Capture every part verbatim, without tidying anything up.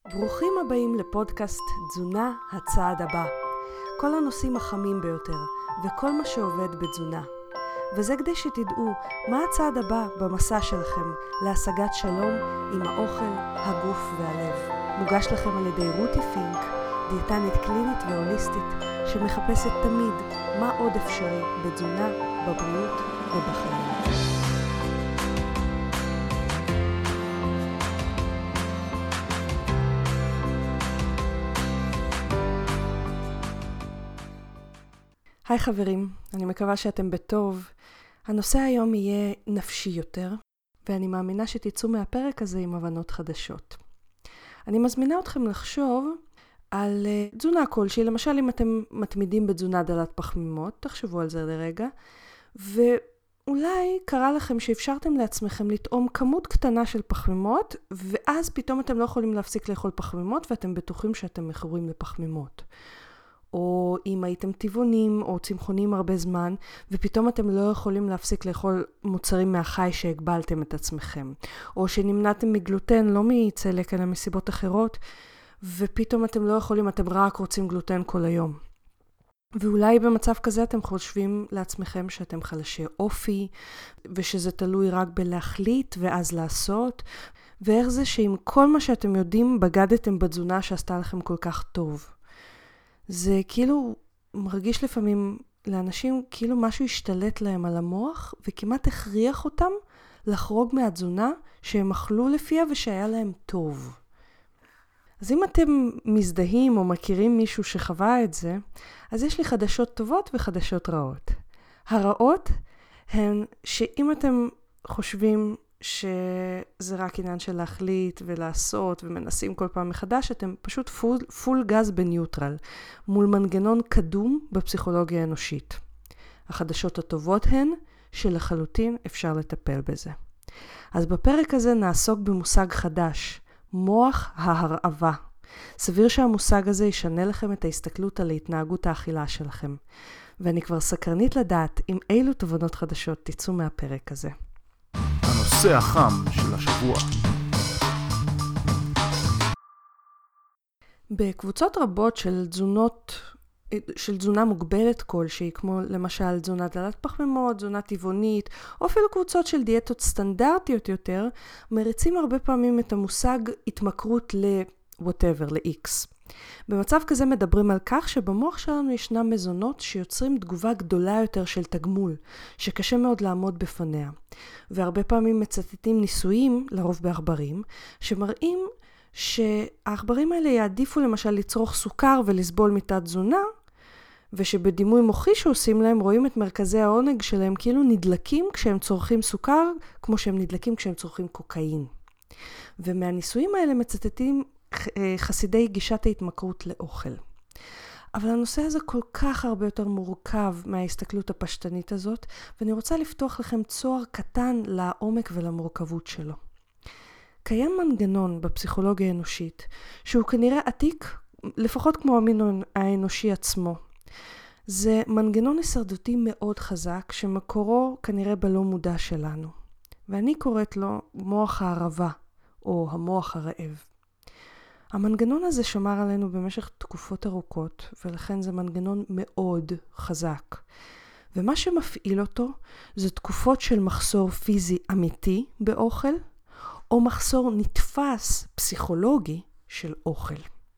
ברוכים הבאים לפודקאסט תזונה הצעד הבא. כל הנושאים החמים ביותר וכל מה שעובד בתזונה. וזה כדי שתדעו מה הצעד הבא במסע שלכם להשגת שלום עם האוכל, הגוף והלב. מוגש לכם על ידי רותי פינק, דיאטנית קלינית והוליסטית שמחפשת תמיד מה עוד אפשרי בתזונה, בבריאות ובחיים. היי חברים, אני מקווה שאתם בטוב. הנושא היום יהיה נפשי יותר, ואני מאמינה שתצאו מהפרק הזה עם הבנות חדשות. אני מזמינה אתכם לחשוב על uh, תזונה כלשהי, למשל אם אתם מתמידים בתזונה דלת פחמימות, תחשבו על זה לרגע, ואולי קרה לכם שאפשרתם לעצמכם לטעום כמות קטנה של פחמימות, ואז פתאום אתם לא יכולים להפסיק לאכול פחמימות, ואתם בטוחים שאתם מכורים לפחמימות. או אם הייתם טבעונים או צמחונים הרבה זמן, ופתאום אתם לא יכולים להפסיק לאכול מוצרים מהחי שהגבלתם את עצמכם. או שנמנעתם מגלוטן, לא מצלק, אלא מסיבות אחרות, ופתאום אתם לא יכולים, אתם רק רוצים גלוטן כל היום. ואולי במצב כזה אתם חושבים לעצמכם שאתם חלשי אופי, ושזה תלוי רק בלהחליט ואז לעשות, ואיך זה שעם כל מה שאתם יודעים בגדתם בתזונה שעשתה לכם כל כך טוב. זה כאילו מרגיש לפעמים לאנשים כאילו משהו השתלט להם על המוח וכמעט הכריח אותם לחרוג מהתזונה שהם אכלו לפיה ושהיה להם טוב. אז אם אתם מזדהים או מכירים מישהו שחווה את זה, אז יש לי חדשות טובות וחדשות רעות. הרעות הן שאם אתם חושבים שזה רק עניין של להחליט ולעשות ומנסים כל פעם מחדש, אתם פשוט פול, פול גז בניוטרל, מול מנגנון קדום בפסיכולוגיה האנושית. החדשות הטובות הן שלחלוטין אפשר לטפל בזה. אז בפרק הזה נעסוק במושג חדש, מוח ההרעבה. סביר שהמושג הזה ישנה לכם את ההסתכלות על התנהגות האכילה שלכם. ואני כבר סקרנית לדעת עם אילו תובנות חדשות תצאו מהפרק הזה. הנושא החם של השבוע. בקבוצות רבות של תזונות, של תזונה מוגבלת כלשהי, כמו למשל תזונה דלת פחמימות, תזונה טבעונית, או אפילו קבוצות של דיאטות סטנדרטיות יותר, מריצים הרבה פעמים את המושג התמכרות ל-whatever, ל-X. במצב כזה מדברים על כך שבמוח שלנו ישנם מזונות שיוצרים תגובה גדולה יותר של תגמול, שקשה מאוד לעמוד בפניה. והרבה פעמים מצטטים ניסויים, לרוב בעכברים, שמראים שהעכברים האלה יעדיפו למשל לצרוך סוכר ולסבול מתת תזונה, ושבדימוי מוחי שעושים להם רואים את מרכזי העונג שלהם כאילו נדלקים כשהם צורכים סוכר, כמו שהם נדלקים כשהם צורכים קוקאין. ומהניסויים האלה מצטטים חסידי גישת ההתמכרות לאוכל. אבל הנושא הזה כל כך הרבה יותר מורכב מההסתכלות הפשטנית הזאת, ואני רוצה לפתוח לכם צוהר קטן לעומק ולמורכבות שלו. קיים מנגנון בפסיכולוגיה האנושית, שהוא כנראה עתיק, לפחות כמו המין האנושי עצמו. זה מנגנון הישרדותי מאוד חזק, שמקורו כנראה בלא מודע שלנו. ואני קוראת לו מוח הערבה, או המוח הרעב. המנגנון הזה שמר עלינו במשך תקופות ארוכות, ולכן זה מנגנון מאוד חזק. ומה שמפעיל אותו זה תקופות של מחסור פיזי אמיתי באוכל, או מחסור נתפס פסיכולוגי של אוכל.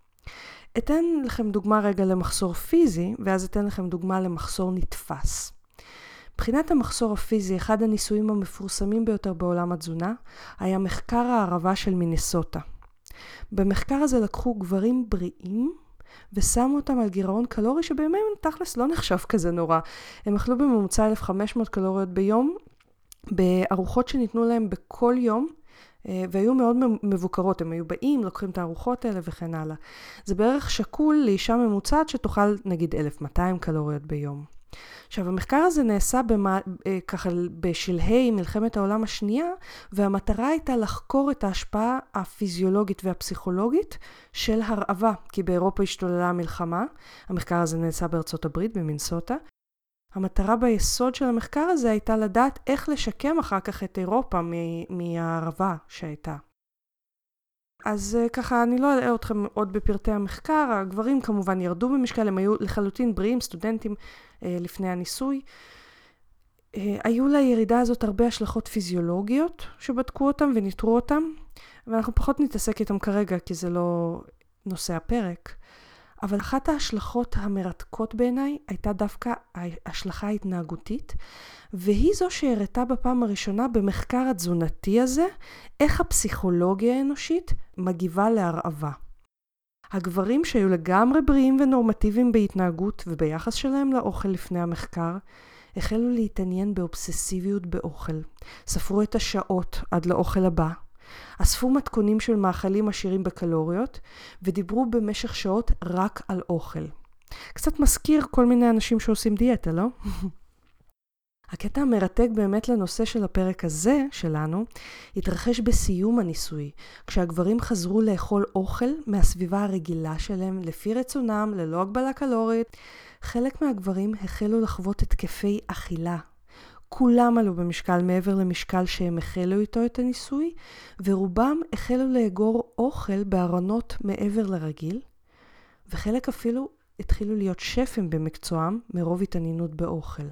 אתן לכם דוגמה רגע למחסור פיזי, ואז אתן לכם דוגמה למחסור נתפס. מבחינת המחסור הפיזי, אחד הניסויים המפורסמים ביותר בעולם התזונה, היה מחקר הערבה של מינסוטה. במחקר הזה לקחו גברים בריאים ושמו אותם על גירעון קלורי שבימיהם תכלס לא נחשב כזה נורא. הם אכלו בממוצע אלף וחמש מאות קלוריות ביום בארוחות שניתנו להם בכל יום והיו מאוד מבוקרות. הם היו באים, לוקחים את הארוחות האלה וכן הלאה. זה בערך שקול לאישה ממוצעת שתאכל נגיד אלף ומאתיים קלוריות ביום. עכשיו, המחקר הזה נעשה במה, ככה בשלהי מלחמת העולם השנייה, והמטרה הייתה לחקור את ההשפעה הפיזיולוגית והפסיכולוגית של הרעבה, כי באירופה השתוללה המלחמה. המחקר הזה נעשה בארצות הברית, במינסוטה. המטרה ביסוד של המחקר הזה הייתה לדעת איך לשקם אחר כך את אירופה מהערבה שהייתה. אז ככה, אני לא אראה אתכם עוד בפרטי המחקר, הגברים כמובן ירדו במשקל, הם היו לחלוטין בריאים, סטודנטים לפני הניסוי. היו לירידה הזאת הרבה השלכות פיזיולוגיות שבדקו אותם וניטרו אותם, ואנחנו פחות נתעסק איתם כרגע כי זה לא נושא הפרק. אבל אחת ההשלכות המרתקות בעיניי הייתה דווקא ההשלכה ההתנהגותית, והיא זו שהראתה בפעם הראשונה במחקר התזונתי הזה, איך הפסיכולוגיה האנושית מגיבה להרעבה. הגברים שהיו לגמרי בריאים ונורמטיביים בהתנהגות וביחס שלהם לאוכל לפני המחקר, החלו להתעניין באובססיביות באוכל. ספרו את השעות עד לאוכל הבא. אספו מתכונים של מאכלים עשירים בקלוריות, ודיברו במשך שעות רק על אוכל. קצת מזכיר כל מיני אנשים שעושים דיאטה, לא? הקטע המרתק באמת לנושא של הפרק הזה שלנו, התרחש בסיום הניסוי, כשהגברים חזרו לאכול אוכל מהסביבה הרגילה שלהם, לפי רצונם, ללא הגבלה קלורית. חלק מהגברים החלו לחוות התקפי אכילה. כולם עלו במשקל מעבר למשקל שהם החלו איתו את הניסוי, ורובם החלו לאגור אוכל בארונות מעבר לרגיל, וחלק אפילו התחילו להיות שפים במקצועם מרוב התעניינות באוכל.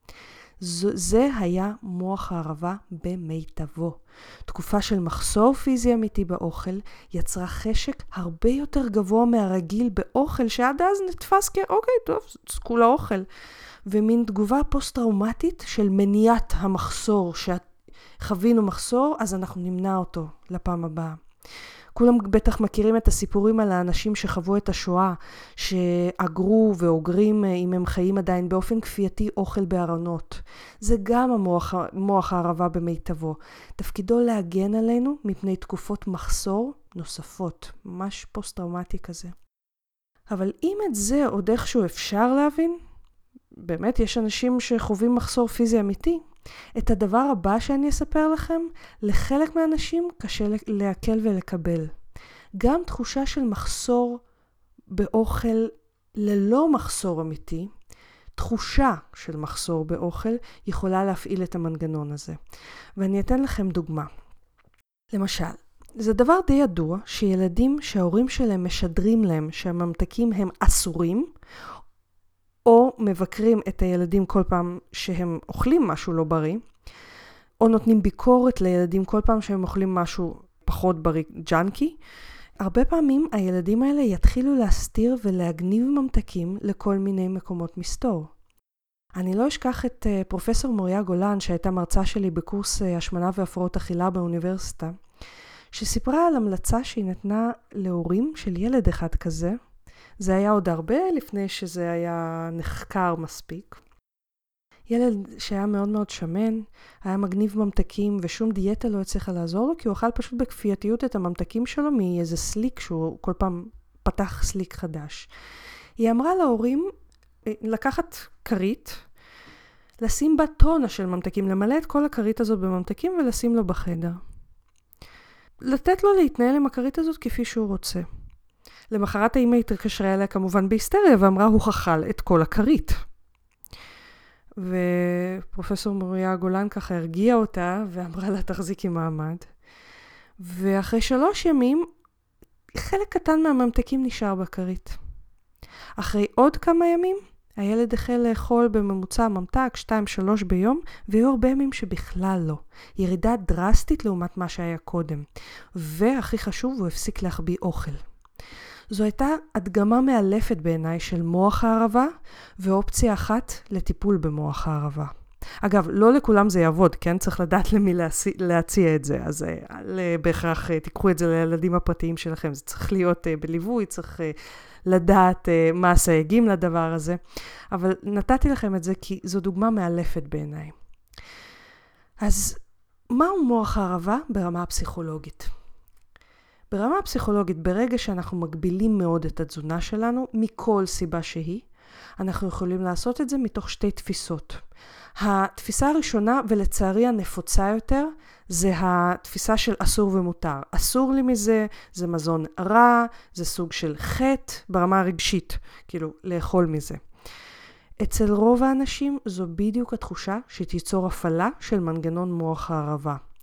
זה היה מוח הערבה במיטבו. תקופה של מחסור פיזי אמיתי באוכל יצרה חשק הרבה יותר גבוה מהרגיל באוכל, שעד אז נתפס כאוקיי, טוב, זקו לאוכל. ומין תגובה פוסט-טראומטית של מניעת המחסור, שחווינו מחסור, אז אנחנו נמנע אותו לפעם הבאה. כולם בטח מכירים את הסיפורים על האנשים שחוו את השואה, שאגרו ואוגרים אם הם חיים עדיין באופן כפייתי אוכל בארונות. זה גם המוח, מוח הערבה במיטבו. תפקידו להגן עלינו מפני תקופות מחסור נוספות, ממש פוסט-טראומטי כזה. אבל אם את זה עוד איכשהו אפשר להבין, באמת יש אנשים שחווים מחסור פיזי אמיתי. את הדבר הבא שאני אספר לכם, לחלק מהאנשים קשה להקל ולקבל. גם תחושה של מחסור באוכל ללא מחסור אמיתי, תחושה של מחסור באוכל יכולה להפעיל את המנגנון הזה. ואני אתן לכם דוגמה. למשל, זה דבר די ידוע שילדים שההורים שלהם משדרים להם שהממתקים הם אסורים, או מבקרים את הילדים כל פעם שהם אוכלים משהו לא בריא, או נותנים ביקורת לילדים כל פעם שהם אוכלים משהו פחות בריא, ג'אנקי. הרבה פעמים הילדים האלה יתחילו להסתיר ולהגניב ממתקים לכל מיני מקומות מסתור. אני לא אשכח את פרופסור מוריה גולן, שהייתה מרצה שלי בקורס השמנה והפרעות אכילה באוניברסיטה, שסיפרה על המלצה שהיא נתנה להורים של ילד אחד כזה. זה היה עוד הרבה לפני שזה היה נחקר מספיק. ילד שהיה מאוד מאוד שמן, היה מגניב ממתקים ושום דיאטה לא הצליחה לעזור לו, כי הוא אכל פשוט בכפייתיות את הממתקים שלו מאיזה סליק שהוא כל פעם פתח סליק חדש. היא אמרה להורים לקחת כרית, לשים בה טונה של ממתקים, למלא את כל הכרית הזאת בממתקים ולשים לו בחדר. לתת לו להתנהל עם הכרית הזאת כפי שהוא רוצה. למחרת האמא התקשרה אליה כמובן בהיסטריה ואמרה הוא אכל את כל הכרית. ופרופסור מוריה גולן ככה הרגיעה אותה ואמרה לה תחזיקי מעמד. ואחרי שלוש ימים חלק קטן מהממתקים נשאר בכרית. אחרי עוד כמה ימים הילד החל לאכול בממוצע ממתק שתיים שלוש ביום, והיו הרבה ימים שבכלל לא. ירידה דרסטית לעומת מה שהיה קודם. והכי חשוב, הוא הפסיק להחביא אוכל. זו הייתה הדגמה מאלפת בעיניי של מוח הערבה, ואופציה אחת לטיפול במוח הערבה. אגב, לא לכולם זה יעבוד, כן? צריך לדעת למי להציע, להציע את זה, אז אל בהכרח תיקחו את זה לילדים הפרטיים שלכם, זה צריך להיות בליווי, צריך לדעת מה הסייגים לדבר הזה, אבל נתתי לכם את זה כי זו דוגמה מאלפת בעיניי. אז מהו מוח הערבה ברמה הפסיכולוגית? ברמה הפסיכולוגית, ברגע שאנחנו מגבילים מאוד את התזונה שלנו, מכל סיבה שהיא, אנחנו יכולים לעשות את זה מתוך שתי תפיסות. התפיסה הראשונה, ולצערי הנפוצה יותר, זה התפיסה של אסור ומותר. אסור לי מזה, זה מזון רע, זה סוג של חטא ברמה הרגשית, כאילו לאכול מזה. אצל רוב האנשים זו בדיוק התחושה שתיצור הפעלה של מנגנון מוח הערבה.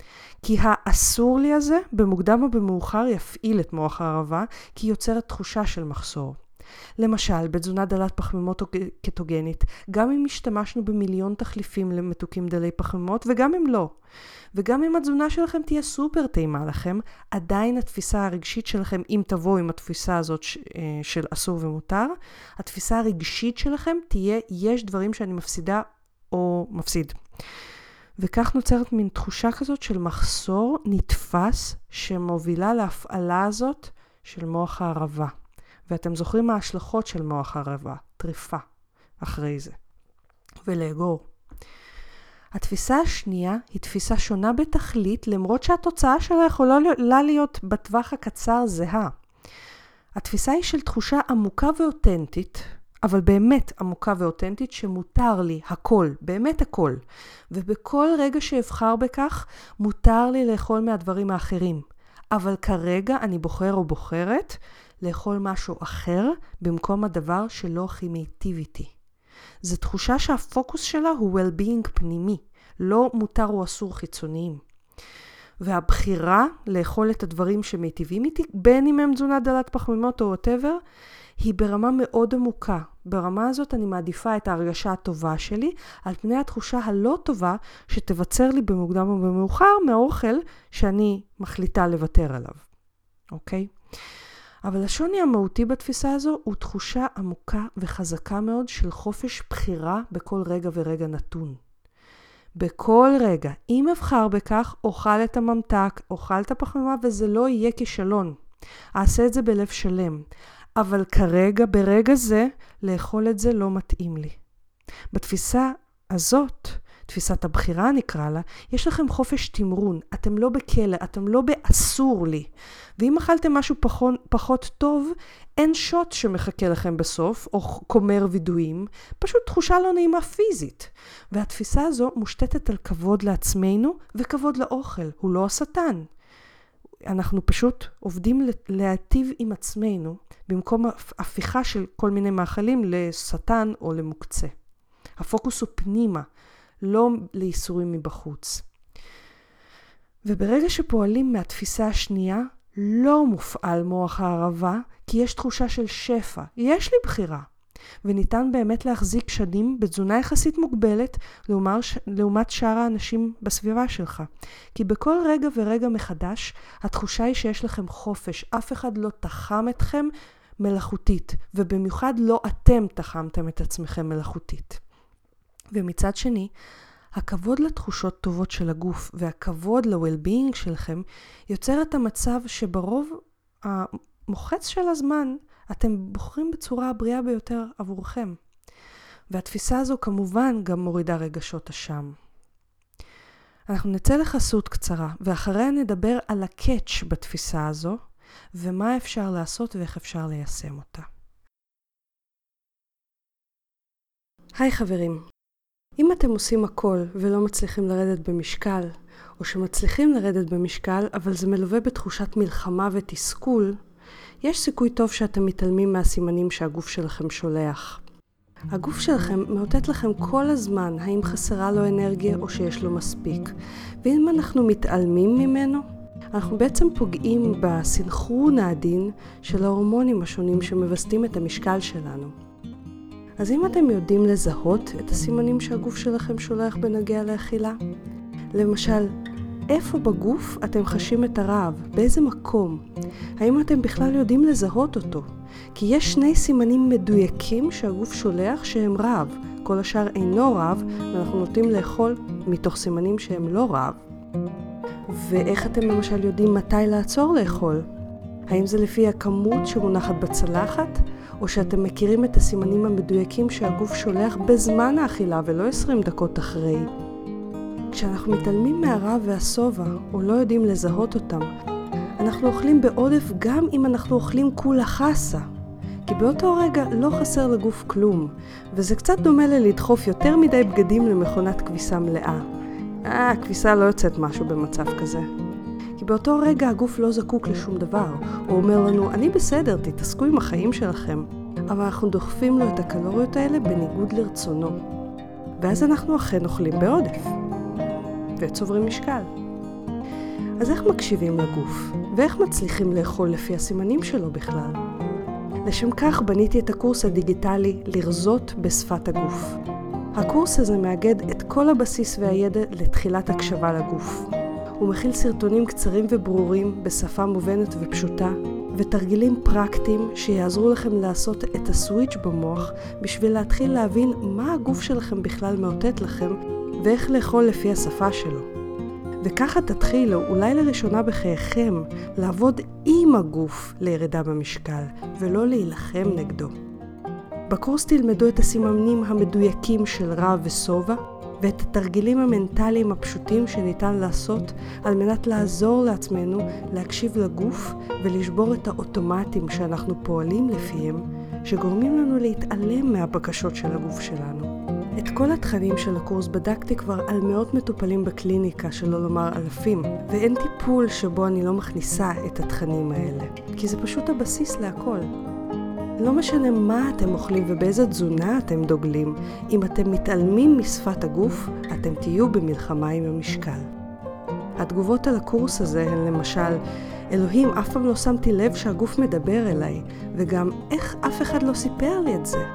כי האסור לי הזה במוקדם או במאוחר יפעיל את מוח הערבה, כי יוצרת תחושה של מחסור. למשל, בתזונה דלת פחמימות או קטוגנית, גם אם השתמשנו במיליון תחליפים למתוקים דלי פחמימות, וגם אם לא, וגם אם התזונה שלכם תהיה סופר טעימה לכם, עדיין התפיסה הרגשית שלכם, אם תבוא עם התפיסה הזאת של אסור ומותר, התפיסה הרגשית שלכם תהיה, יש דברים שאני מפסידה או מפסיד. וכך נוצרת מין תחושה כזאת של מחסור נתפס שמובילה להפעלה הזאת של מוח הערבה. ואתם זוכרים מה ההשלכות של מוח הערבה, טריפה אחרי זה, ולאגור. התפיסה השנייה היא תפיסה שונה בתכלית, למרות שהתוצאה שלה יכולה להיות בטווח הקצר זהה. התפיסה היא של תחושה עמוקה ואותנטית, אבל באמת עמוקה ואותנטית, שמותר לי הכל, באמת הכל. ובכל רגע שאבחר בכך, מותר לי לאכול מהדברים האחרים. אבל כרגע אני בוחר או בוחרת לאכול משהו אחר, במקום הדבר שלא הכי מיטיב איתי. זו תחושה שהפוקוס שלה הוא well-being פנימי, לא מותר או אסור חיצוניים. והבחירה לאכול את הדברים שמיטיבים איתי, בין אם הם תזונה דלת פחמימות או whatever, היא ברמה מאוד עמוקה. ברמה הזאת אני מעדיפה את ההרגשה הטובה שלי, על פני התחושה הלא טובה שתבצר לי במוקדם או במאוחר מהאוכל שאני מחליטה לוותר עליו. אוקיי? אבל השוני המהותי בתפיסה הזו הוא תחושה עמוקה וחזקה מאוד של חופש בחירה בכל רגע ורגע נתון. בכל רגע, אם אבחר בכך, אוכל את הממתק, אוכל את הפחמימה, וזה לא יהיה כישלון. אעשה את זה בלב שלם. אבל כרגע, ברגע זה, לאכול את זה לא מתאים לי. בתפיסה הזאת, תפיסת הבחירה נקרא לה, יש לכם חופש תמרון. אתם לא בכלא, אתם לא באסור לי. ואם אכלתם משהו פחות, פחות טוב, אין שוט שמחכה לכם בסוף, או קומר וידועים, פשוט תחושה לא נעימה פיזית. והתפיסה הזו מושתתת על כבוד לעצמנו וכבוד לאוכל. הוא לא השטן. אנחנו פשוט עובדים להטיב עם עצמנו, במקום הפיכה של כל מיני מאכלים לשטן או למוקצה. הפוקוס הוא פנימה, לא לאיסורים מבחוץ. וברגע שפועלים מהתפיסה השנייה, לא מופעל מוח הערבה, כי יש תחושה של שפע. יש לי בחירה. וניתן באמת להחזיק שנים בתזונה יחסית מוגבלת, לעומת שאר האנשים בסביבה שלך. כי בכל רגע ורגע מחדש, התחושה היא שיש לכם חופש. אף אחד לא תחם אתכם מלאכותית, ובמיוחד לא אתם תחמתם את עצמכם מלאכותית. ומצד שני, הכבוד לתחושות טובות של הגוף והכבוד ל-well-being שלכם יוצר את המצב שברוב המוחץ של הזמן אתם בוחרים בצורה הבריאה ביותר עבורכם. והתפיסה הזו כמובן גם מורידה רגשות אשם. אנחנו נצא לחסות קצרה ואחריה נדבר על הקאץ' בתפיסה הזו ומה אפשר לעשות ואיך אפשר ליישם אותה. היי חברים. אם אתם עושים הכל ולא מצליחים לרדת במשקל, או שמצליחים לרדת במשקל, אבל זה מלווה בתחושת מלחמה ותסכול, יש סיכוי טוב שאתם מתעלמים מהסימנים שהגוף שלכם שולח. הגוף שלכם מאותת לכם כל הזמן האם חסרה לו אנרגיה או שיש לו מספיק. ואם אנחנו מתעלמים ממנו, אנחנו בעצם פוגעים בסנכרון העדין של ההורמונים השונים שמווסתים את המשקל שלנו. אז אם אתם יודעים לזהות את הסימנים שהגוף שלכם שולח בנוגע לאכילה, למשל, איפה בגוף אתם חשים את הרעב? באיזה מקום? האם אתם בכלל יודעים לזהות אותו? כי יש שני סימנים מדויקים שהגוף שולח שהם רעב. כל השאר אינו רעב, ואנחנו נוטים לאכול מתוך סימנים שהם לא רעב. ואיך אתם למשל יודעים מתי לעצור לאכול? האם זה לפי הכמות שמונחת בצלחת? או שאתם מכירים את הסימנים המדויקים שהגוף שולח בזמן האכילה ולא עשרים דקות אחרי? כשאנחנו מתעלמים מהרעב והשובע, או לא יודעים לזהות אותם, אנחנו אוכלים בעודף גם אם אנחנו אוכלים כולה חסה. כי באותו רגע לא חסר לגוף כלום, וזה קצת דומה ללדחוף יותר מדי בגדים למכונת כביסה מלאה. אה, הכביסה לא יוצאת משהו במצב כזה. כי באותו רגע הגוף לא זקוק לשום דבר. הוא אומר לנו, אני בסדר, תתעסקו עם החיים שלכם. אבל אנחנו דוחפים לו את הקלוריות האלה בניגוד לרצונו. ואז אנחנו אכן אוכלים בעודף. וצוברים משקל. אז איך מקשיבים לגוף? ואיך מצליחים לאכול לפי הסימנים שלו בכלל? לשם כך בניתי את הקורס הדיגיטלי לרזות בשפת הגוף. הקורס הזה מאגד את כל הבסיס והידע לתחילת הקשבה לגוף. הוא מכיל סרטונים קצרים וברורים בשפה מובנת ופשוטה, ותרגילים פרקטיים שיעזרו לכם לעשות את הסוויץ' במוח בשביל להתחיל להבין מה הגוף שלכם בכלל מאותת לכם ואיך לאכול לפי השפה שלו. וככה תתחילו, אולי לראשונה בחייכם, לעבוד עם הגוף לירידה במשקל ולא להילחם נגדו. בקורס תלמדו את הסימנים המדויקים של רע ושובע, ואת התרגילים המנטליים הפשוטים שניתן לעשות על מנת לעזור לעצמנו להקשיב לגוף ולשבור את האוטומטים שאנחנו פועלים לפיהם, שגורמים לנו להתעלם מהבקשות של הגוף שלנו. את כל התכנים של הקורס בדקתי כבר על מאות מטופלים בקליניקה, שלא לומר אלפים, ואין טיפול שבו אני לא מכניסה את התכנים האלה, כי זה פשוט הבסיס להכל. לא משנה מה אתם אוכלים ובאיזה תזונה אתם דוגלים, אם אתם מתעלמים משפת הגוף, אתם תהיו במלחמה עם המשקל. התגובות על הקורס הזה הן למשל, אלוהים, אף פעם לא שמתי לב שהגוף מדבר אליי, וגם איך אף אחד לא סיפר לי את זה.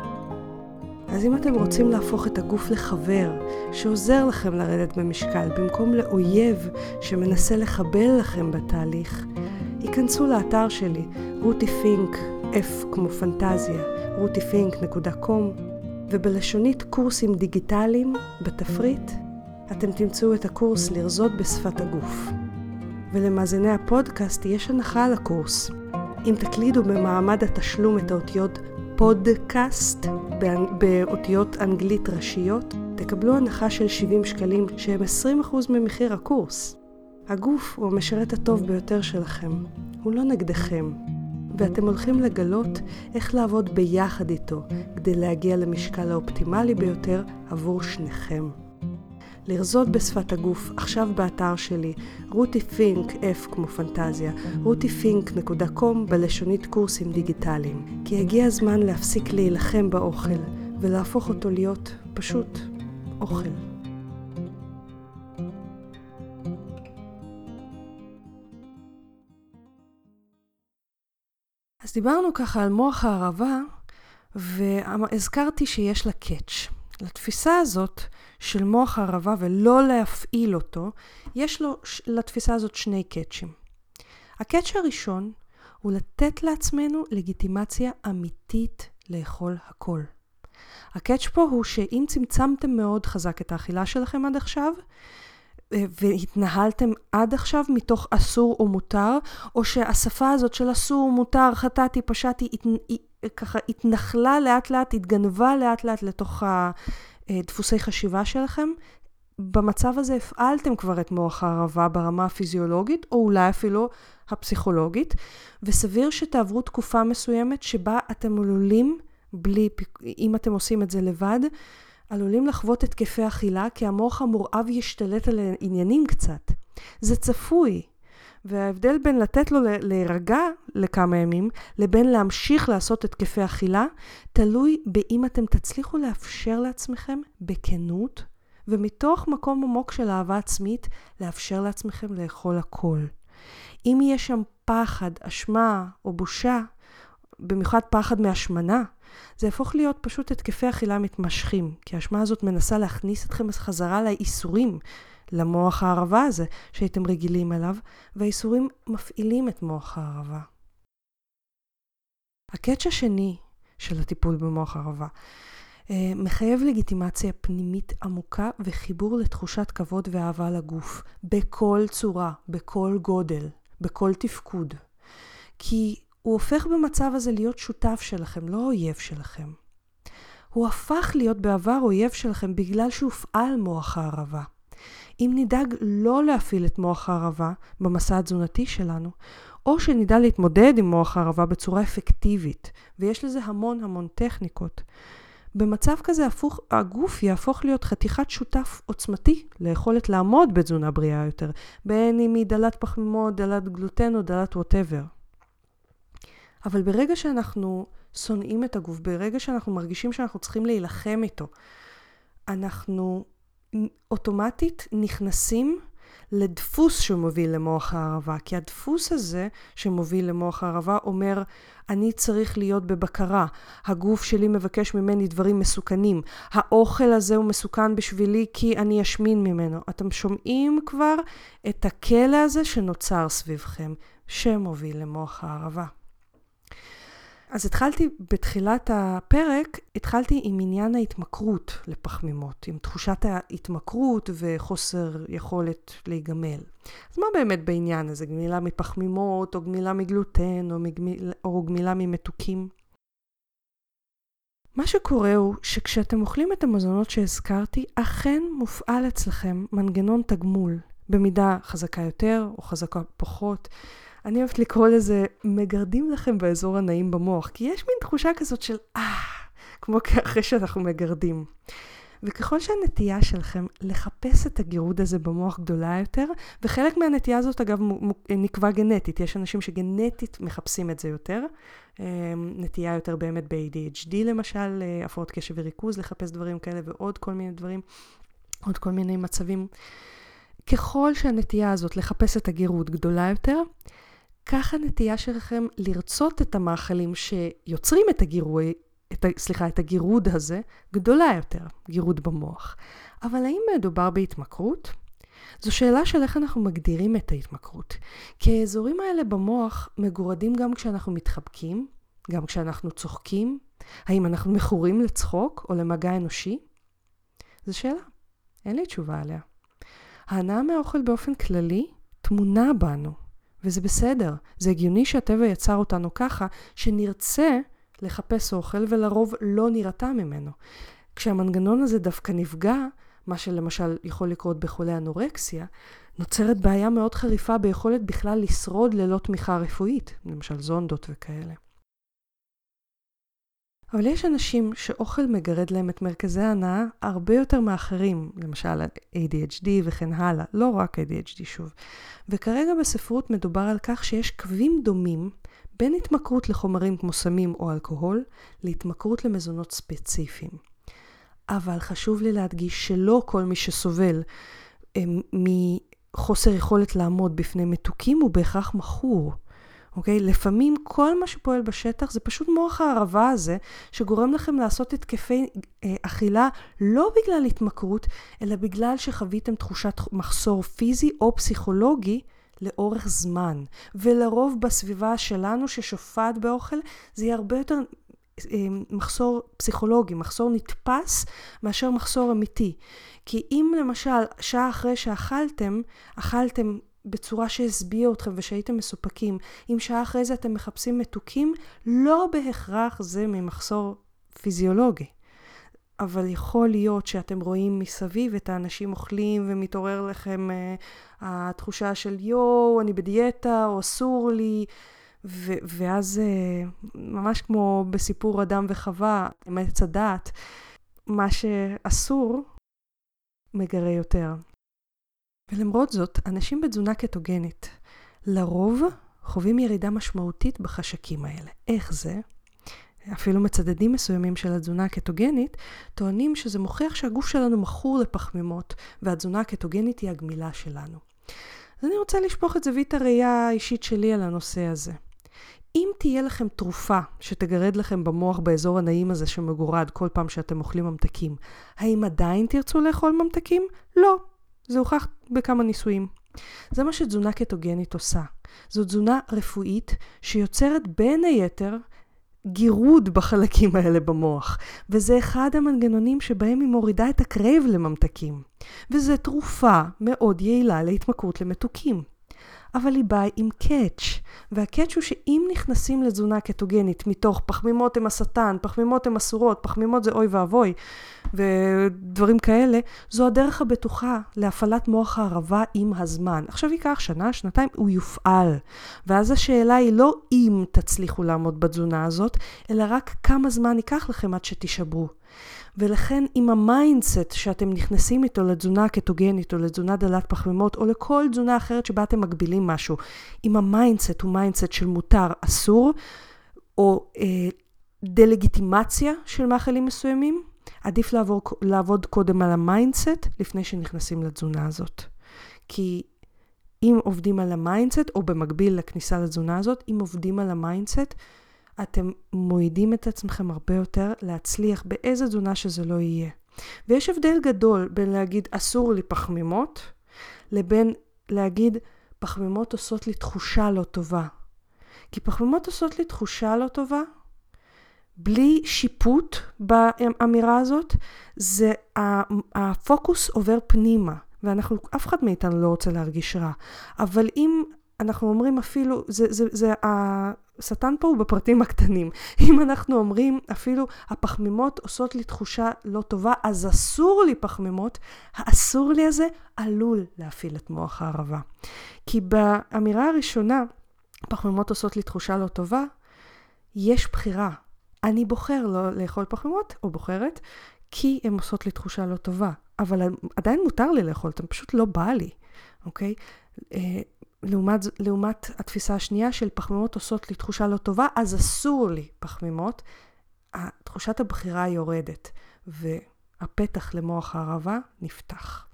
אז אם אתם רוצים להפוך את הגוף לחבר שעוזר לכם לרדת במשקל במקום לאויב שמנסה לחבל לכם בתהליך, היכנסו לאתר שלי רותי פינק, F כמו פנטזיה, רותי פינק נקודה קום, ובלשונית קורסים דיגיטליים בתפריט אתם תמצאו את הקורס לרזות בשפת הגוף. ולמאזיני הפודקאסט יש הנחה על הקורס. אם תקלידו במעמד התשלום את האותיות פודקאסט באותיות אנגלית ראשיות, תקבלו הנחה של שבעים שקלים שהם עשרים אחוז ממחיר הקורס. הגוף הוא המשרת הטוב ביותר שלכם, הוא לא נגדכם, ואתם הולכים לגלות איך לעבוד ביחד איתו כדי להגיע למשקל האופטימלי ביותר עבור שניכם. לרזות בשפת הגוף, עכשיו באתר שלי, רותי פינק, F כמו פנטזיה, רותי פינק נקודה קום בלשונית קורסים דיגיטליים. כי הגיע הזמן להפסיק להילחם באוכל, ולהפוך אותו להיות פשוט אוכל. אז דיברנו ככה על מוח הערבה, והזכרתי שיש לה קאץ'. לתפיסה הזאת של מוח הערבה ולא להפעיל אותו, יש לו לתפיסה הזאת שני קאצ'ים. הקאץ' הראשון הוא לתת לעצמנו לגיטימציה אמיתית לאכול הכל. הקאץ' פה הוא שאם צמצמתם מאוד חזק את האכילה שלכם עד עכשיו, והתנהלתם עד עכשיו מתוך אסור או מותר, או שהשפה הזאת של אסור, מותר, חטאתי, פשעתי, ככה התנחלה לאט לאט, התגנבה לאט לאט לתוך דפוסי חשיבה שלכם, במצב הזה הפעלתם כבר את מוח הערבה ברמה הפיזיולוגית, או אולי אפילו הפסיכולוגית, וסביר שתעברו תקופה מסוימת שבה אתם עלולים, בלי, אם אתם עושים את זה לבד, עלולים לחוות התקפי אכילה, כי המוח המורעב ישתלט על עניינים קצת. זה צפוי. וההבדל בין לתת לו להירגע לכמה ימים, לבין להמשיך לעשות התקפי אכילה, תלוי באם אתם תצליחו לאפשר לעצמכם בכנות, ומתוך מקום עמוק של אהבה עצמית, לאפשר לעצמכם לאכול הכל. אם יש שם פחד, אשמה או בושה, במיוחד פחד מהשמנה, זה יהפוך להיות פשוט התקפי אכילה מתמשכים, כי האשמה הזאת מנסה להכניס אתכם חזרה לאיסורים, למוח הערבה הזה שהייתם רגילים אליו, והאיסורים מפעילים את מוח הערבה. הקאץ' השני של הטיפול במוח הערבה מחייב לגיטימציה פנימית עמוקה וחיבור לתחושת כבוד ואהבה לגוף, בכל צורה, בכל גודל, בכל תפקוד. כי הוא הופך במצב הזה להיות שותף שלכם, לא אויב שלכם. הוא הפך להיות בעבר אויב שלכם בגלל שהופעל מוח הערבה. אם נדאג לא להפעיל את מוח הערבה במסע התזונתי שלנו, או שנדע להתמודד עם מוח הערבה בצורה אפקטיבית, ויש לזה המון המון טכניקות, במצב כזה הפוך, הגוף יהפוך להיות חתיכת שותף עוצמתי ליכולת לעמוד בתזונה בריאה יותר, בין אם היא דלת פחמימות, דלת גלוטן או דלת whatever. אבל ברגע שאנחנו שונאים את הגוף, ברגע שאנחנו מרגישים שאנחנו צריכים להילחם איתו, אנחנו אוטומטית נכנסים לדפוס שמוביל למוח הערבה, כי הדפוס הזה שמוביל למוח הערבה אומר, אני צריך להיות בבקרה, הגוף שלי מבקש ממני דברים מסוכנים, האוכל הזה הוא מסוכן בשבילי כי אני אשמין ממנו. אתם שומעים כבר את הכלא הזה שנוצר סביבכם, שמוביל למוח הערבה. אז התחלתי בתחילת הפרק, התחלתי עם עניין ההתמכרות לפחמימות, עם תחושת ההתמכרות וחוסר יכולת להיגמל. אז מה באמת בעניין הזה? גמילה מפחמימות, או גמילה מגלוטן, או, מגמיל, או גמילה ממתוקים? מה שקורה הוא שכשאתם אוכלים את המזונות שהזכרתי, אכן מופעל אצלכם מנגנון תגמול, במידה חזקה יותר או חזקה פחות. אני אוהבת לקרוא לזה, מגרדים לכם באזור הנעים במוח, כי יש מין תחושה כזאת של, אה, כמו אחרי שאנחנו מגרדים. וככל שהנטייה שלכם לחפש את הגירוד הזה במוח גדולה יותר, וחלק מהנטייה הזאת אגב נקבע גנטית, יש אנשים שגנטית מחפשים את זה יותר, נטייה יותר באמת ב-איי די אייץ' די למשל, הפרעות קשב וריכוז, לחפש דברים כאלה ועוד כל מיני דברים, עוד כל מיני מצבים. ככל שהנטייה הזאת לחפש את הגירוד גדולה יותר, כך הנטייה שלכם לרצות את המאכלים שיוצרים את הגירוד, את, סליחה, את הגירוד הזה, גדולה יותר, גירוד במוח. אבל האם מדובר בהתמכרות? זו שאלה של איך אנחנו מגדירים את ההתמכרות. כי האזורים האלה במוח מגורדים גם כשאנחנו מתחבקים, גם כשאנחנו צוחקים. האם אנחנו מכורים לצחוק או למגע אנושי? זו שאלה. אין לי תשובה עליה. ההנאה מהאוכל באופן כללי תמונה בנו, וזה בסדר. זה הגיוני שהטבע יצר אותנו ככה, שנרצה לחפש אוכל ולרוב לא נראתה ממנו. כשהמנגנון הזה דווקא נפגע, מה שלמשל יכול לקרות בחולי אנורקסיה, נוצרת בעיה מאוד חריפה ביכולת בכלל לשרוד ללא תמיכה רפואית, למשל זונדות וכאלה. אבל יש אנשים שאוכל מגרד להם את מרכזי ההנאה הרבה יותר מאחרים, למשל איי די אייץ' די וכן הלאה, לא רק איי די אייץ' די שוב. וכרגע בספרות מדובר על כך שיש קווים דומים בין התמכרות לחומרים כמו סמים או אלכוהול, להתמכרות למזונות ספציפיים. אבל חשוב לי להדגיש שלא כל מי שסובל מחוסר יכולת לעמוד בפני מתוקים הוא בהכרח מכור. אוקיי? לפעמים כל מה שפועל בשטח זה פשוט מוח הערבה הזה, שגורם לכם לעשות התקפי אה, אכילה לא בגלל התמכרות, אלא בגלל שחוויתם תחושת מחסור פיזי או פסיכולוגי לאורך זמן. ולרוב בסביבה שלנו ששופט באוכל, זה יהיה הרבה יותר אה, מחסור פסיכולוגי, מחסור נתפס, מאשר מחסור אמיתי. כי אם למשל שעה אחרי שאכלתם, אכלתם בצורה שהסביע אתכם ושהייתם מסופקים, אם שעה אחרי זה אתם מחפשים מתוקים, לא בהכרח זה ממחסור פיזיולוגי. אבל יכול להיות שאתם רואים מסביב את האנשים אוכלים ומתעורר לכם uh, התחושה של יו, אני בדיאטה או אסור לי, ו- ואז uh, ממש כמו בסיפור אדם וחווה, עם עץ הדעת, מה שאסור מגרה יותר. ולמרות זאת, אנשים בתזונה קטוגנית לרוב חווים ירידה משמעותית בחשקים האלה. איך זה? אפילו מצדדים מסוימים של התזונה הקטוגנית טוענים שזה מוכיח שהגוף שלנו מכור לפחמימות, והתזונה הקטוגנית היא הגמילה שלנו. אז אני רוצה לשפוך את זווית הראייה האישית שלי על הנושא הזה. אם תהיה לכם תרופה שתגרד לכם במוח באזור הנעים הזה שמגורד כל פעם שאתם אוכלים ממתקים, האם עדיין תרצו לאכול ממתקים? לא. זה הוכח בכמה ניסויים. זה מה שתזונה קטוגנית עושה. זו תזונה רפואית שיוצרת בין היתר גירוד בחלקים האלה במוח. וזה אחד המנגנונים שבהם היא מורידה את הקרייב לממתקים. וזו תרופה מאוד יעילה להתמכרות למתוקים. אבל היא באה עם קאץ', והקאץ' הוא שאם נכנסים לתזונה קטוגנית מתוך פחמימות הם השטן, פחמימות הם אסורות, פחמימות זה אוי ואבוי, ודברים כאלה, זו הדרך הבטוחה להפעלת מוח הערבה עם הזמן. עכשיו ייקח שנה, שנתיים, הוא יופעל. ואז השאלה היא לא אם תצליחו לעמוד בתזונה הזאת, אלא רק כמה זמן ייקח לכם עד שתשברו. ולכן עם המיינדסט שאתם נכנסים איתו לתזונה הקטוגנית או לתזונה דלת פחמימות או לכל תזונה אחרת שבה אתם מגבילים משהו, אם המיינדסט הוא מיינדסט של מותר אסור או אה, דלגיטימציה של מאכלים מסוימים, עדיף לעבור, לעבוד קודם על המיינדסט לפני שנכנסים לתזונה הזאת. כי אם עובדים על המיינדסט, או במקביל לכניסה לתזונה הזאת, אם עובדים על המיינדסט, אתם מועידים את עצמכם הרבה יותר להצליח באיזה תזונה שזה לא יהיה. ויש הבדל גדול בין להגיד אסור לי פחמימות, לבין להגיד פחמימות עושות לי תחושה לא טובה. כי פחמימות עושות לי תחושה לא טובה, בלי שיפוט באמירה הזאת, זה הפוקוס עובר פנימה, ואנחנו, אף אחד מאיתנו לא רוצה להרגיש רע. אבל אם אנחנו אומרים אפילו, זה, זה, זה, השטן פה הוא בפרטים הקטנים. אם אנחנו אומרים אפילו, הפחמימות עושות לי תחושה לא טובה, אז אסור לי פחמימות, האסור לי הזה עלול להפעיל את מוח הערבה. כי באמירה הראשונה, פחמימות עושות לי תחושה לא טובה, יש בחירה. אני בוחר לא לאכול פחמימות, או בוחרת, כי הן עושות לי תחושה לא טובה. אבל עדיין מותר לי לאכול, זה פשוט לא בא לי, אוקיי? לעומת, לעומת התפיסה השנייה של פחמימות עושות לי תחושה לא טובה, אז אסור לי פחמימות. תחושת הבחירה יורדת, והפתח למוח הערבה נפתח.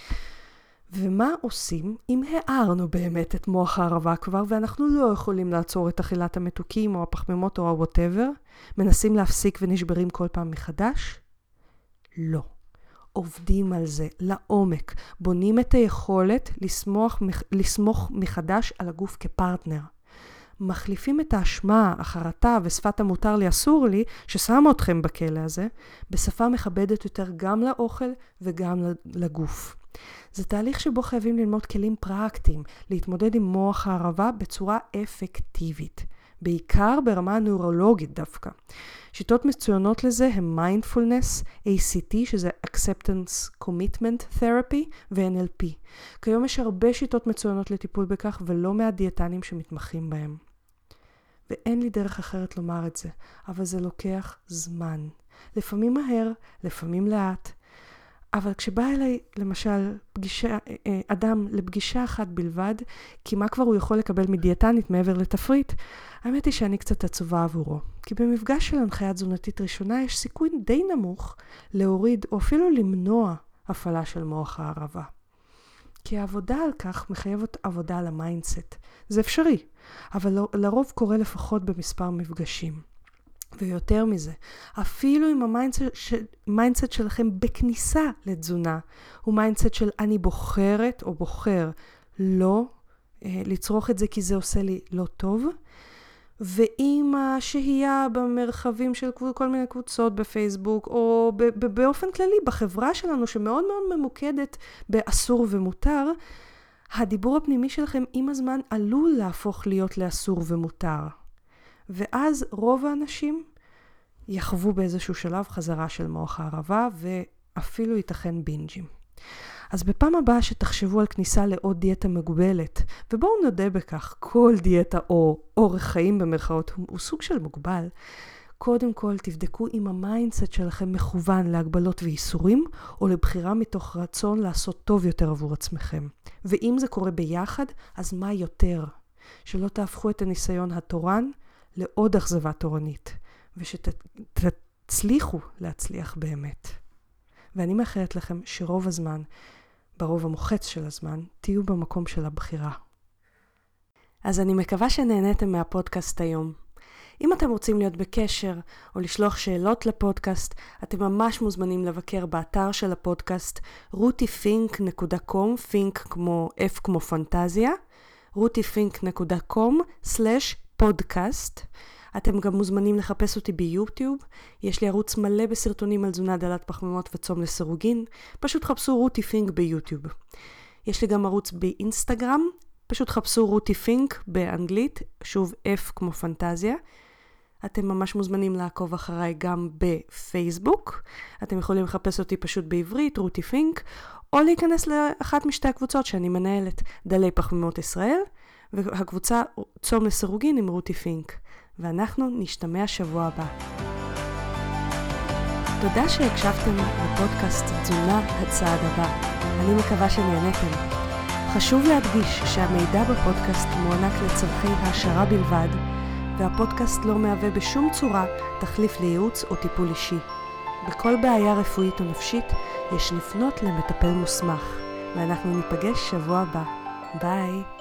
ומה עושים אם הערנו באמת את מוח הערבה כבר, ואנחנו לא יכולים לעצור את אכילת המתוקים או הפחמימות או ה-whatever? מנסים להפסיק ונשברים כל פעם מחדש? לא. עובדים על זה לעומק, בונים את היכולת לסמוך, לסמוך מחדש על הגוף כפרטנר. מחליפים את האשמה, החרטה ושפת המותר לי אסור לי, ששמו אתכם בכלא הזה, בשפה מכבדת יותר גם לאוכל וגם לגוף. זה תהליך שבו חייבים ללמוד כלים פרקטיים, להתמודד עם מוח הערבה בצורה אפקטיבית. בעיקר ברמה הנוירולוגית דווקא. שיטות מצוינות לזה הם מיינדפולנס, איי סי טי, שזה Acceptance Commitment Therapy, ו-אן אל פי. כיום יש הרבה שיטות מצוינות לטיפול בכך, ולא מעט דיאטנים שמתמחים בהם. ואין לי דרך אחרת לומר את זה, אבל זה לוקח זמן. לפעמים מהר, לפעמים לאט. אבל כשבא אליי, למשל, פגישה, אדם לפגישה אחת בלבד, כי מה כבר הוא יכול לקבל מדיאטנית מעבר לתפריט? האמת היא שאני קצת עצובה עבורו. כי במפגש של הנחיה תזונתית ראשונה, יש סיכוי די נמוך להוריד או אפילו למנוע הפעלה של מוח הערבה. כי העבודה על כך מחייבת עבודה על המיינדסט. זה אפשרי, אבל לרוב קורה לפחות במספר מפגשים. ויותר מזה, אפילו אם המיינדסט שלכם בכניסה לתזונה, הוא מיינדסט של אני בוחרת או בוחר לא אה, לצרוך את זה כי זה עושה לי לא טוב, ואם השהייה במרחבים של כל מיני קבוצות בפייסבוק, או באופן כללי בחברה שלנו שמאוד מאוד ממוקדת באסור ומותר, הדיבור הפנימי שלכם עם הזמן עלול להפוך להיות לאסור ומותר. ואז רוב האנשים יחוו באיזשהו שלב חזרה של מוח הערבה, ואפילו ייתכן בינג'ים. אז בפעם הבאה שתחשבו על כניסה לעוד דיאטה מגובלת, ובואו נודה בכך, כל דיאטה או אורח חיים במרכאות הוא סוג של מוגבל, קודם כל תבדקו אם המיינדסט שלכם מכוון להגבלות ואיסורים, או לבחירה מתוך רצון לעשות טוב יותר עבור עצמכם. ואם זה קורה ביחד, אז מה יותר? שלא תהפכו את הניסיון התורן לעוד אכזבה תורנית, ושתצליחו להצליח באמת. ואני מאחלת לכם שרוב הזמן, ברוב המוחץ של הזמן, תהיו במקום של הבחירה. אז אני מקווה שנהניתם מהפודקאסט היום. אם אתם רוצים להיות בקשר או לשלוח שאלות לפודקאסט, אתם ממש מוזמנים לבקר באתר של הפודקאסט רותי פינק נקודה קום, פינק כמו F כמו פנטזיה, רותי פינק נקודה קום סלש פודקאסט. אתם גם מוזמנים לחפש אותי ביוטיוב, יש לי ערוץ מלא בסרטונים על תזונה דלת פחמימות וצום לסירוגין, פשוט חפשו רותי פינק ביוטיוב. יש לי גם ערוץ באינסטגרם, פשוט חפשו רותי פינק באנגלית, שוב F כמו פנטזיה. אתם ממש מוזמנים לעקוב אחריי גם בפייסבוק, אתם יכולים לחפש אותי פשוט בעברית, רותי פינק, או להיכנס לאחת משתי הקבוצות שאני מנהלת, דלי פחמימות ישראל, והקבוצה צום לסירוגין עם רותי פינק. ואנחנו נשתמע שבוע הבא. תודה שהקשבתם לפודקאסט תזונה הצעד הבא. אני מקווה שנהנתם. חשוב להדגיש שהמידע בפודקאסט מוענק לצורכי העשרה בלבד, והפודקאסט לא מהווה בשום צורה תחליף לייעוץ או טיפול אישי. בכל בעיה רפואית או נפשית יש לפנות למטפל מוסמך. ואנחנו ניפגש שבוע הבא. ביי.